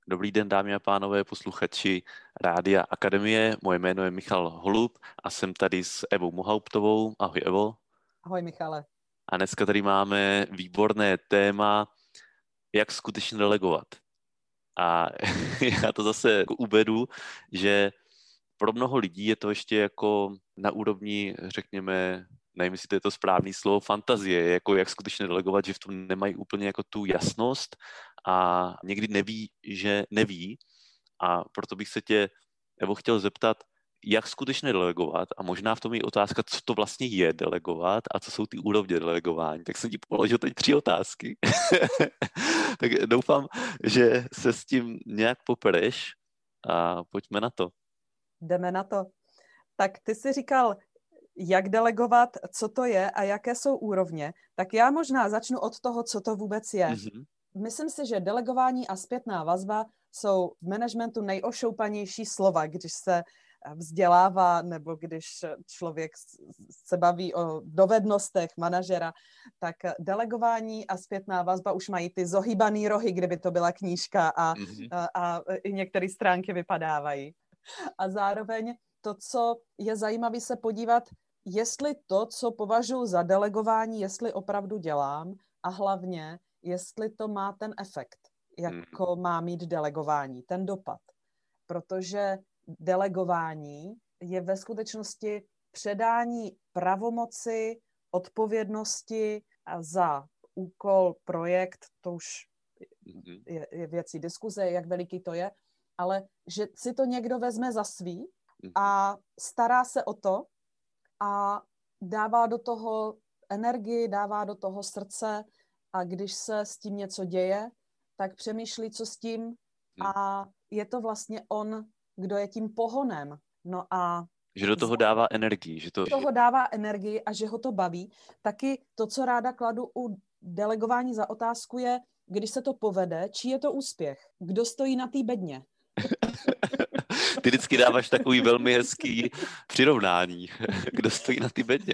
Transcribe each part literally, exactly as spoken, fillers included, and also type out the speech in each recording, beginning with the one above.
Dobrý den, dámy a pánové, posluchači Rádia Akademie. Moje jméno je Michal Holub a jsem tady s Evou Mohauptovou. Ahoj, Evo. Ahoj, Michale. A dneska tady máme výborné téma, jak skutečně delegovat. A já to zase uvedu, že pro mnoho lidí je to ještě jako na úrovni, řekněme, nevím, jestli to je to správný slovo, fantazie, jako jak skutečně delegovat, že v tom nemají úplně jako tu jasnost a někdy neví, že neví. A proto bych se tě, Evo, chtěl zeptat, jak skutečně delegovat a možná v tom je otázka, co to vlastně je delegovat a co jsou ty úrovně delegování. Tak jsem ti položil teď tři otázky. Tak doufám, že se s tím nějak popereš a pojďme na to. Jdeme na to. Tak ty jsi říkal, jak delegovat, co to je a jaké jsou úrovně. Tak já možná začnu od toho, co to vůbec je. Mm-hmm. Myslím si, že delegování a zpětná vazba jsou v managementu nejošoupanější slova, když se vzdělává nebo když člověk se baví o dovednostech manažera, tak delegování a zpětná vazba už mají ty zohýbaný rohy, kdyby to byla knížka a, mm-hmm. a, a i některé stránky vypadávají. A zároveň to, co je zajímavé se podívat, jestli to, co považuji za delegování, jestli opravdu dělám a hlavně, jestli to má ten efekt, jako má mít delegování, ten dopad. Protože delegování je ve skutečnosti předání pravomoci, odpovědnosti za úkol, projekt, to už je, je věcí diskuze, jak veliký to je, ale že si to někdo vezme za svý a stará se o to a dává do toho energii, dává do toho srdce a když se s tím něco děje, tak přemýšlí, co s tím a je to vlastně on, kdo je tím pohonem. No a že do toho dává energii. Že to... do toho dává energii a že ho to baví. Taky to, co ráda kladu u delegování za otázku je, když se to povede, čí je to úspěch? Kdo stojí na té bedně? Ty vždycky dáváš takový velmi hezký přirovnání. Kdo stojí na té bedně?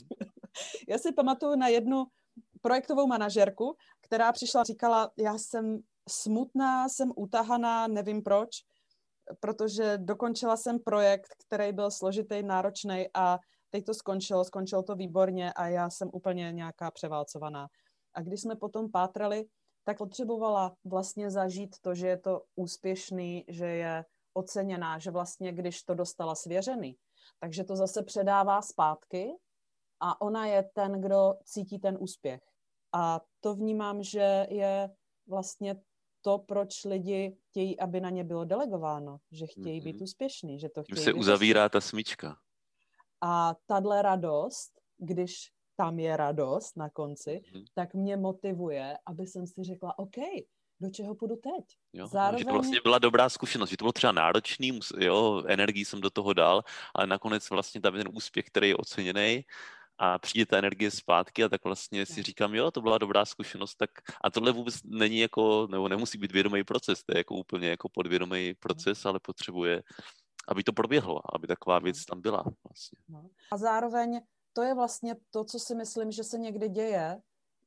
Já si pamatuju na jednu projektovou manažerku, která přišla a říkala, já jsem smutná, jsem utahaná, nevím proč, protože dokončila jsem projekt, který byl složitý, náročný a teď to skončilo, skončilo to výborně a já jsem úplně nějaká převálcovaná. A když jsme potom pátrali, tak potřebovala vlastně zažít to, že je to úspěšný, že je oceněná, že vlastně když to dostala svěřený, takže to zase předává zpátky a ona je ten, kdo cítí ten úspěch. A to vnímám, že je vlastně to, proč lidi chtějí, aby na ně bylo delegováno, že chtějí být úspěšný, že to chtějí se vyřešit. Uzavírá ta smyčka. A tahle radost, když tam je radost na konci, mm-hmm. tak mě motivuje, aby jsem si řekla, OK, do čeho půjdu teď? Jo, Zároveň... Že to vlastně byla dobrá zkušenost, že to bylo třeba náročný, jo, energii jsem do toho dal, ale nakonec vlastně tam je ten úspěch, který je oceněný a přijde ta energie zpátky a tak vlastně si říkám, jo, to byla dobrá zkušenost, tak a tohle vůbec není jako, nebo nemusí být vědomý proces, to je jako úplně jako podvědomý proces, ale potřebuje, aby to proběhlo, aby taková věc tam byla vlastně. A zároveň to je vlastně to, co si myslím, že se někdy děje,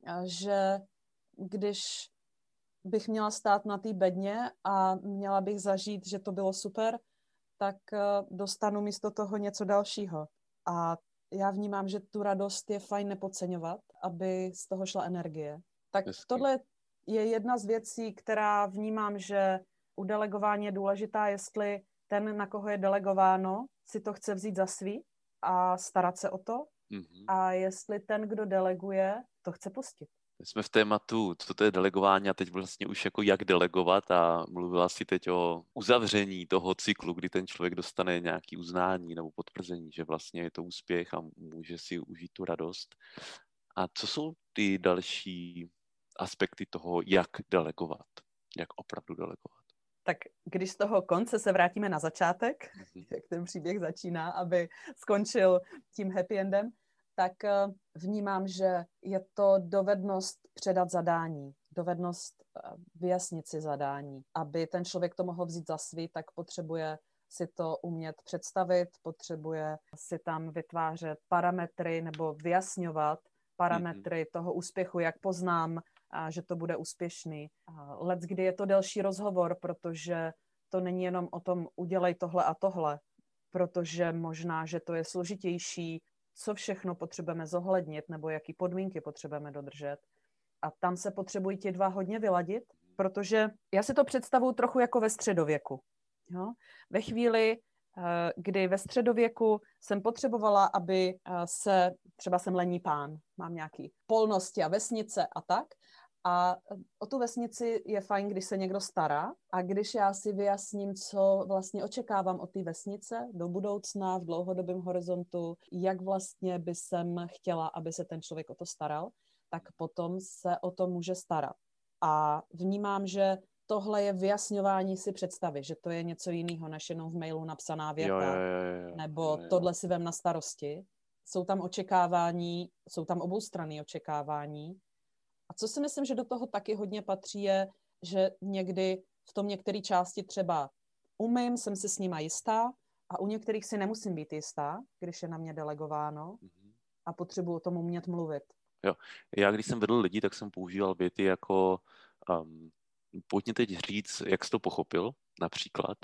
že když bych měla stát na té bedně a měla bych zažít, že to bylo super, tak dostanu místo toho něco dalšího. A já vnímám, že tu radost je fajn nepodceňovat, aby z toho šla energie. Tak Hezky. Tohle je jedna z věcí, která vnímám, že u delegování je důležitá, jestli ten, na koho je delegováno, si to chce vzít za svý a starat se o to. Mm-hmm. A jestli ten, kdo deleguje, to chce pustit. Jsme v tématu, co to je delegování a teď vlastně už jako jak delegovat a mluvila si teď o uzavření toho cyklu, kdy ten člověk dostane nějaké uznání nebo potvrzení, že vlastně je to úspěch a může si užít tu radost. A co jsou ty další aspekty toho, jak delegovat, jak opravdu delegovat? Tak když z toho konce se vrátíme na začátek, mm-hmm. jak ten příběh začíná, aby skončil tím happy endem, tak vnímám, že je to dovednost předat zadání, dovednost vyjasnit si zadání. Aby ten člověk to mohl vzít za svý, tak potřebuje si to umět představit, potřebuje si tam vytvářet parametry nebo vyjasňovat parametry mm-hmm. toho úspěchu, jak poznám, a že to bude úspěšný. Let, kdy je to delší rozhovor, protože to není jenom o tom udělej tohle a tohle, protože možná, že to je složitější, co všechno potřebujeme zohlednit nebo jaký podmínky potřebujeme dodržet. A tam se potřebují ti dva hodně vyladit, protože já si to představuji trochu jako ve středověku. Jo? Ve chvíli, kdy ve středověku jsem potřebovala, aby se, třeba jsem lení pán, mám nějaký polnosti a vesnice a tak, a o tu vesnici je fajn, když se někdo stará a když já si vyjasním, co vlastně očekávám od té vesnice do budoucna v dlouhodobém horizontu, jak vlastně by jsem chtěla, aby se ten člověk o to staral, tak potom se o to může starat. A vnímám, že tohle je vyjasňování si představy, že to je něco jiného, než jenom v mailu napsaná věta, jo, jo, jo, jo, nebo jo, jo. tohle si vem na starosti. Jsou tam očekávání, jsou tam oboustranné očekávání. A co si myslím, že do toho taky hodně patří, je, že někdy v tom některé části třeba umím, jsem si s nima jistá a u některých si nemusím být jistá, když je na mě delegováno a potřebuji o tom umět mluvit. Jo. Já když jsem vedl lidi, tak jsem používal věty jako um, pojď mě teď říct, jak jsi to pochopil, například,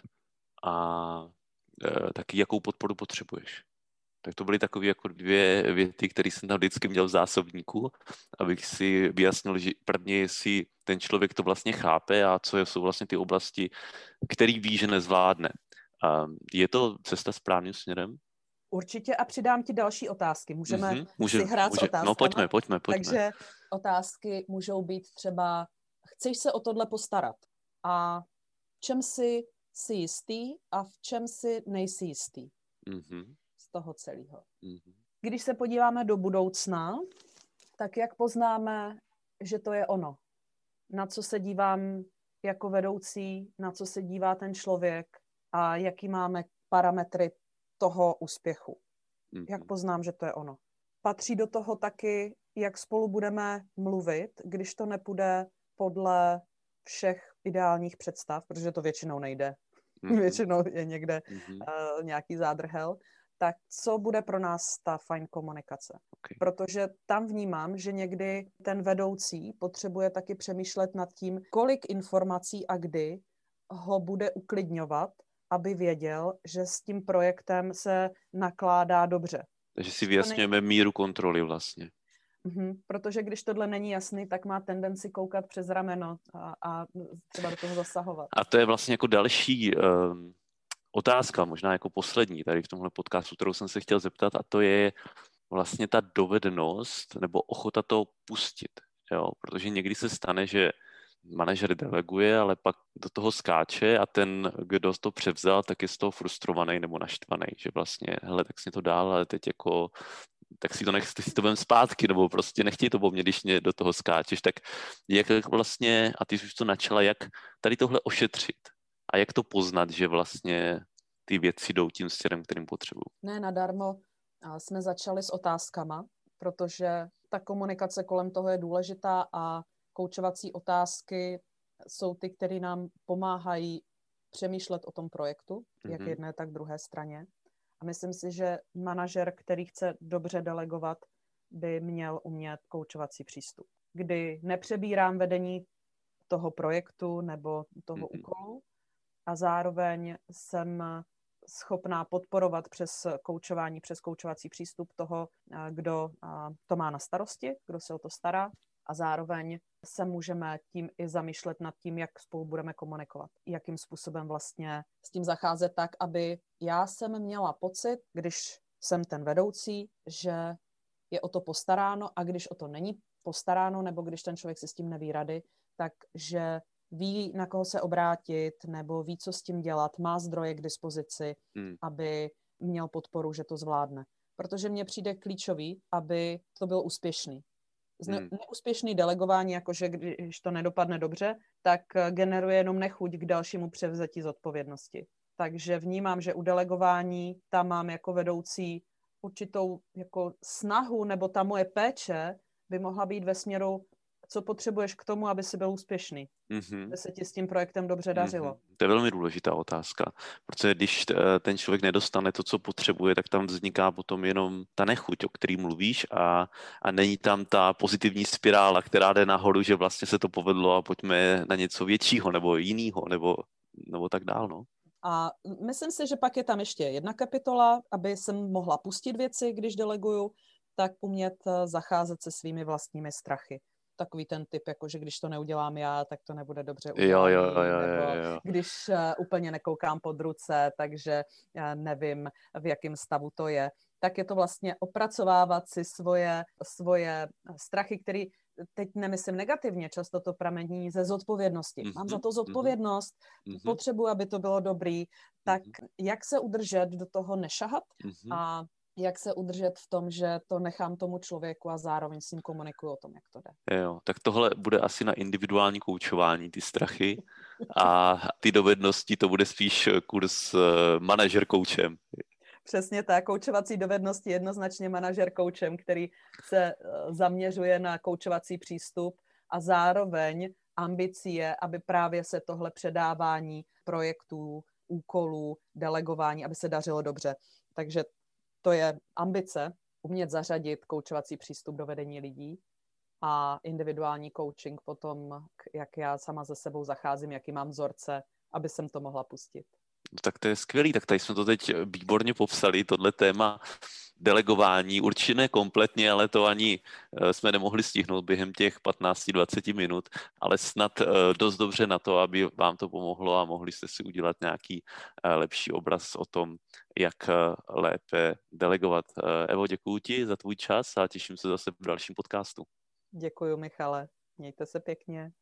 a e, taky jakou podporu potřebuješ. Tak to byly takové jako dvě věty, které jsem tam vždycky měl v zásobníku, abych si vyjasnil, že prvně, jestli ten člověk to vlastně chápe a co jsou vlastně ty oblasti, který ví, že nezvládne. Um, je to cesta správným směrem? Určitě a přidám ti další otázky. Můžeme mm-hmm, může, si hrát může, s otázkami. No pojďme, pojďme, pojďme. Takže otázky můžou být třeba, chceš se o tohle postarat? A v čem jsi, jsi jistý a v čem si nejsi jistý? Mm-hmm. Z toho celého. Mm-hmm. Když se podíváme do budoucna, tak jak poznáme, že to je ono? Na co se dívám jako vedoucí, na co se dívá ten člověk a jaký máme parametry toho úspěchu. Mm-hmm. Jak poznám, že to je ono? Patří do toho taky, jak spolu budeme mluvit, když to nepůjde podle všech ideálních představ, protože to většinou nejde. Mm-hmm. Většinou je někde mm-hmm. uh, nějaký zádrhel. Tak co bude pro nás ta fajn komunikace? Okay. Protože tam vnímám, že někdy ten vedoucí potřebuje taky přemýšlet nad tím, kolik informací a kdy ho bude uklidňovat, aby věděl, že s tím projektem se nakládá dobře. Takže si vyjasňujeme není... míru kontroly vlastně. Mhm, protože když tohle není jasný, tak má tendenci koukat přes rameno a, a třeba do toho zasahovat. A to je vlastně jako další um, otázka, možná jako poslední tady v tomhle podcastu, kterou jsem se chtěl zeptat, a to je vlastně ta dovednost nebo ochota to pustit. Jo? Protože někdy se stane, že manažer deleguje, ale pak do toho skáče a ten, kdo to převzal, tak je z toho frustrovaný nebo naštvaný, že vlastně, hele, tak si to dál, ale teď jako, tak si to nech, si to vem zpátky, nebo prostě nechtěj to po mně, když mě do toho skáčeš, tak jak vlastně, a ty jsi už to načala, jak tady tohle ošetřit a jak to poznat, že vlastně ty věci jdou tím směrem, kterým potřebují. Ne, nadarmo jsme začali s otázkama, protože ta komunikace kolem toho je důležitá a koučovací otázky jsou ty, které nám pomáhají přemýšlet o tom projektu, mm-hmm. jak jedné, tak druhé straně. A myslím si, že manažer, který chce dobře delegovat, by měl umět koučovací přístup, kdy nepřebírám vedení toho projektu nebo toho mm-hmm. úkolu a zároveň jsem schopná podporovat přes koučování, přes koučovací přístup toho, kdo to má na starosti, kdo se o to stará. A zároveň se můžeme tím i zamýšlet nad tím, jak spolu budeme komunikovat. Jakým způsobem vlastně s tím zacházet tak, aby já jsem měla pocit, když jsem ten vedoucí, že je o to postaráno a když o to není postaráno, nebo když ten člověk si s tím neví rady, tak že ví, na koho se obrátit, nebo ví, co s tím dělat, má zdroje k dispozici, hmm. aby měl podporu, že to zvládne. Protože mně přijde klíčový, aby to bylo úspěšný. Zne- hmm. Neúspěšný delegování, jakože když to nedopadne dobře, tak generuje jenom nechuť k dalšímu převzetí zodpovědnosti. Takže vnímám, že u delegování tam mám jako vedoucí určitou jako snahu, nebo ta moje péče by mohla být ve směru, co potřebuješ k tomu, aby si byl úspěšný. Mm-hmm. Aby se ti s tím projektem dobře dařilo. Mm-hmm. To je velmi důležitá otázka, protože když ten člověk nedostane to, co potřebuje, tak tam vzniká potom jenom ta nechuť, o který mluvíš a, a není tam ta pozitivní spirála, která jde nahoru, že vlastně se to povedlo a pojďme na něco většího nebo jinýho nebo, nebo tak dál, no. A myslím si, že pak je tam ještě jedna kapitola, aby jsem mohla pustit věci, když deleguju, tak umět zacházet se svými vlastními strachy. Takový ten typ, jako že když to neudělám já, tak to nebude dobře udělaný, jo, jo, jo, nebo jo, jo. když uh, úplně nekoukám pod ruce, takže uh, nevím, v jakém stavu to je. Tak je to vlastně opracovávat si svoje, svoje strachy, které teď nemyslím negativně, často to pramení ze zodpovědnosti. Mám za to zodpovědnost, mm-hmm. potřebuji, aby to bylo dobrý, tak mm-hmm. jak se udržet do toho nešahat mm-hmm. a jak se udržet v tom, že to nechám tomu člověku a zároveň s ním komunikuju o tom, jak to jde. Jo, tak tohle bude asi na individuální koučování, ty strachy a ty dovednosti, to bude spíš kurz manažer koučem. Přesně tak, koučovací dovednosti jednoznačně manažer koučem, který se zaměřuje na koučovací přístup a zároveň ambicí je, aby právě se tohle předávání projektů, úkolů, delegování, aby se dařilo dobře. Takže to je ambice, umět zařadit koučovací přístup do vedení lidí a individuální coaching potom, jak já sama se sebou zacházím, jaký mám vzorce, aby jsem to mohla pustit. No, tak to je skvělý, tak tady jsme to teď výborně popsali, tohle téma delegování, určitě ne kompletně, ale to ani jsme nemohli stihnout během těch patnáct dvacet minut, ale snad dost dobře na to, aby vám to pomohlo a mohli jste si udělat nějaký lepší obraz o tom, jak lépe delegovat. Evo, děkuji ti za tvůj čas a těším se zase v dalším podcastu. Děkuji, Michale. Mějte se pěkně.